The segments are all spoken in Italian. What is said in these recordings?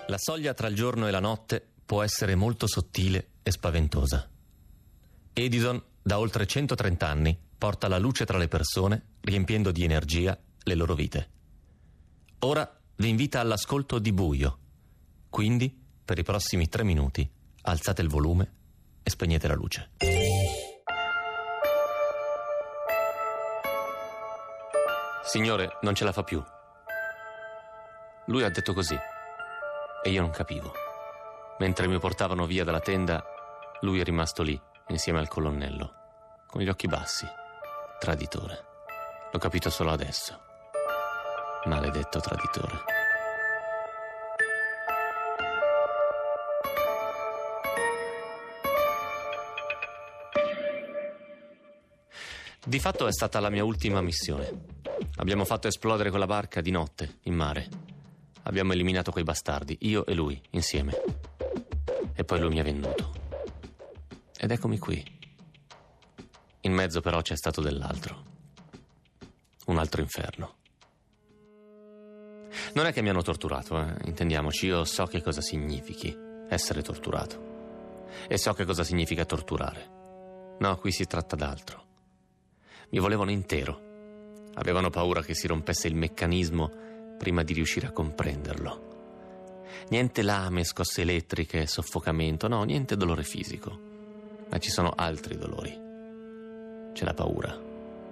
La soglia tra il giorno e la notte può essere molto sottile e spaventosa. Edison, da oltre 130 anni, porta la luce tra le persone, riempiendo di energia le loro vite. Ora vi invita all'ascolto di Buio. Quindi, per i prossimi 3 minuti, alzate il volume e spegnete la luce. Signore, non ce la fa più. Lui ha detto così. E io non capivo. Mentre mi portavano via dalla tenda, lui è rimasto lì, insieme al colonnello, con gli occhi bassi. Traditore. L'ho capito solo adesso. Maledetto traditore. Di fatto è stata la mia ultima missione. Abbiamo fatto esplodere quella barca di notte, in mare. Abbiamo eliminato quei bastardi, io e lui, insieme. E poi lui mi ha venduto. Ed eccomi qui. In mezzo però c'è stato dell'altro. Un altro inferno. Non è che mi hanno torturato, intendiamoci. Io so che cosa significhi essere torturato. E so che cosa significa torturare. No, qui si tratta d'altro. Mi volevano intero. Avevano paura che si rompesse il meccanismo prima di riuscire a comprenderlo. Niente lame, scosse elettriche, soffocamento, no, niente dolore fisico. Ma ci sono altri dolori. C'è la paura.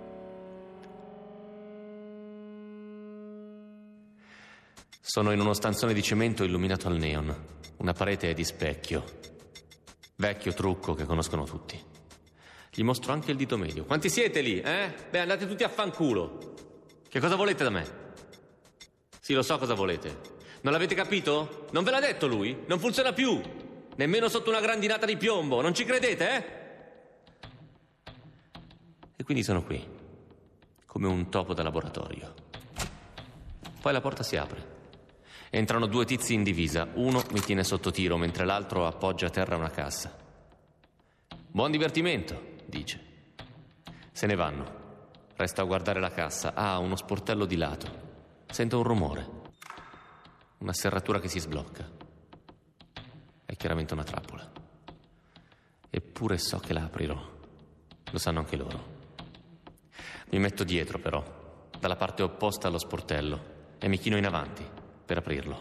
Sono in uno stanzone di cemento illuminato al neon. Una parete è di specchio. Vecchio trucco che conoscono tutti. Gli mostro anche il dito medio. Quanti siete lì, eh? Beh, andate tutti a fanculo. Che cosa volete da me? Sì, lo so cosa volete. Non l'avete capito? Non ve l'ha detto lui? Non funziona più. Nemmeno sotto una grandinata di piombo. Non ci credete, eh? E quindi sono qui. Come un topo da laboratorio. Poi la porta si apre. Entrano 2 tizi in divisa. Uno mi tiene sotto tiro, mentre l'altro appoggia a terra una cassa. Buon divertimento, dice. Se ne vanno. Resto a guardare la cassa. Ah, uno sportello di lato. Sento un rumore. Una serratura che si sblocca. È chiaramente una trappola. Eppure so che la aprirò. Lo sanno anche loro. Mi metto dietro, però, dalla parte opposta allo sportello, e mi chino in avanti per aprirlo.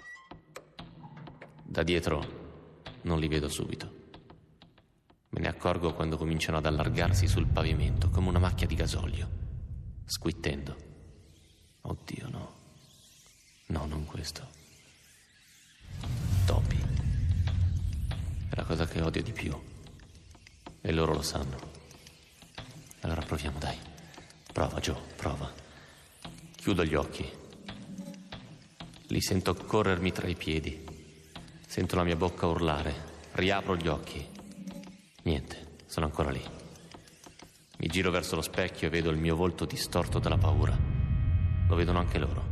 Da dietro non li vedo subito. Me ne accorgo quando cominciano ad allargarsi sul pavimento come una macchia di gasolio, squittendo. Oddio, no. No, non questo. Topi. È la cosa che odio di più. E loro lo sanno. Allora proviamo, dai. Prova, Joe, prova. Chiudo gli occhi. Li sento corrermi tra i piedi. Sento la mia bocca urlare. Riapro gli occhi. Niente, sono ancora lì. Mi giro verso lo specchio e vedo il mio volto distorto dalla paura. Lo vedono anche loro.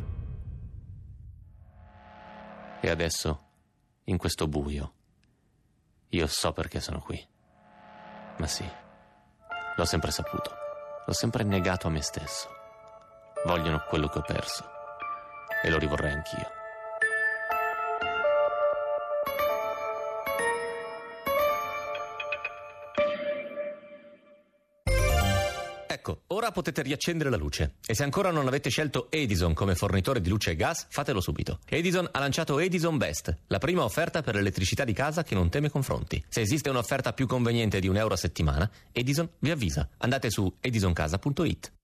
E adesso, in questo buio, io so perché sono qui. Ma sì, l'ho sempre saputo. L'ho sempre negato a me stesso. Vogliono quello che ho perso. E lo rivorrei anch'io. Ecco, ora potete riaccendere la luce. E se ancora non avete scelto Edison come fornitore di luce e gas, fatelo subito. Edison ha lanciato Edison Best, la prima offerta per l'elettricità di casa che non teme confronti. Se esiste un'offerta più conveniente di €1 a settimana, Edison vi avvisa. Andate su edisoncasa.it.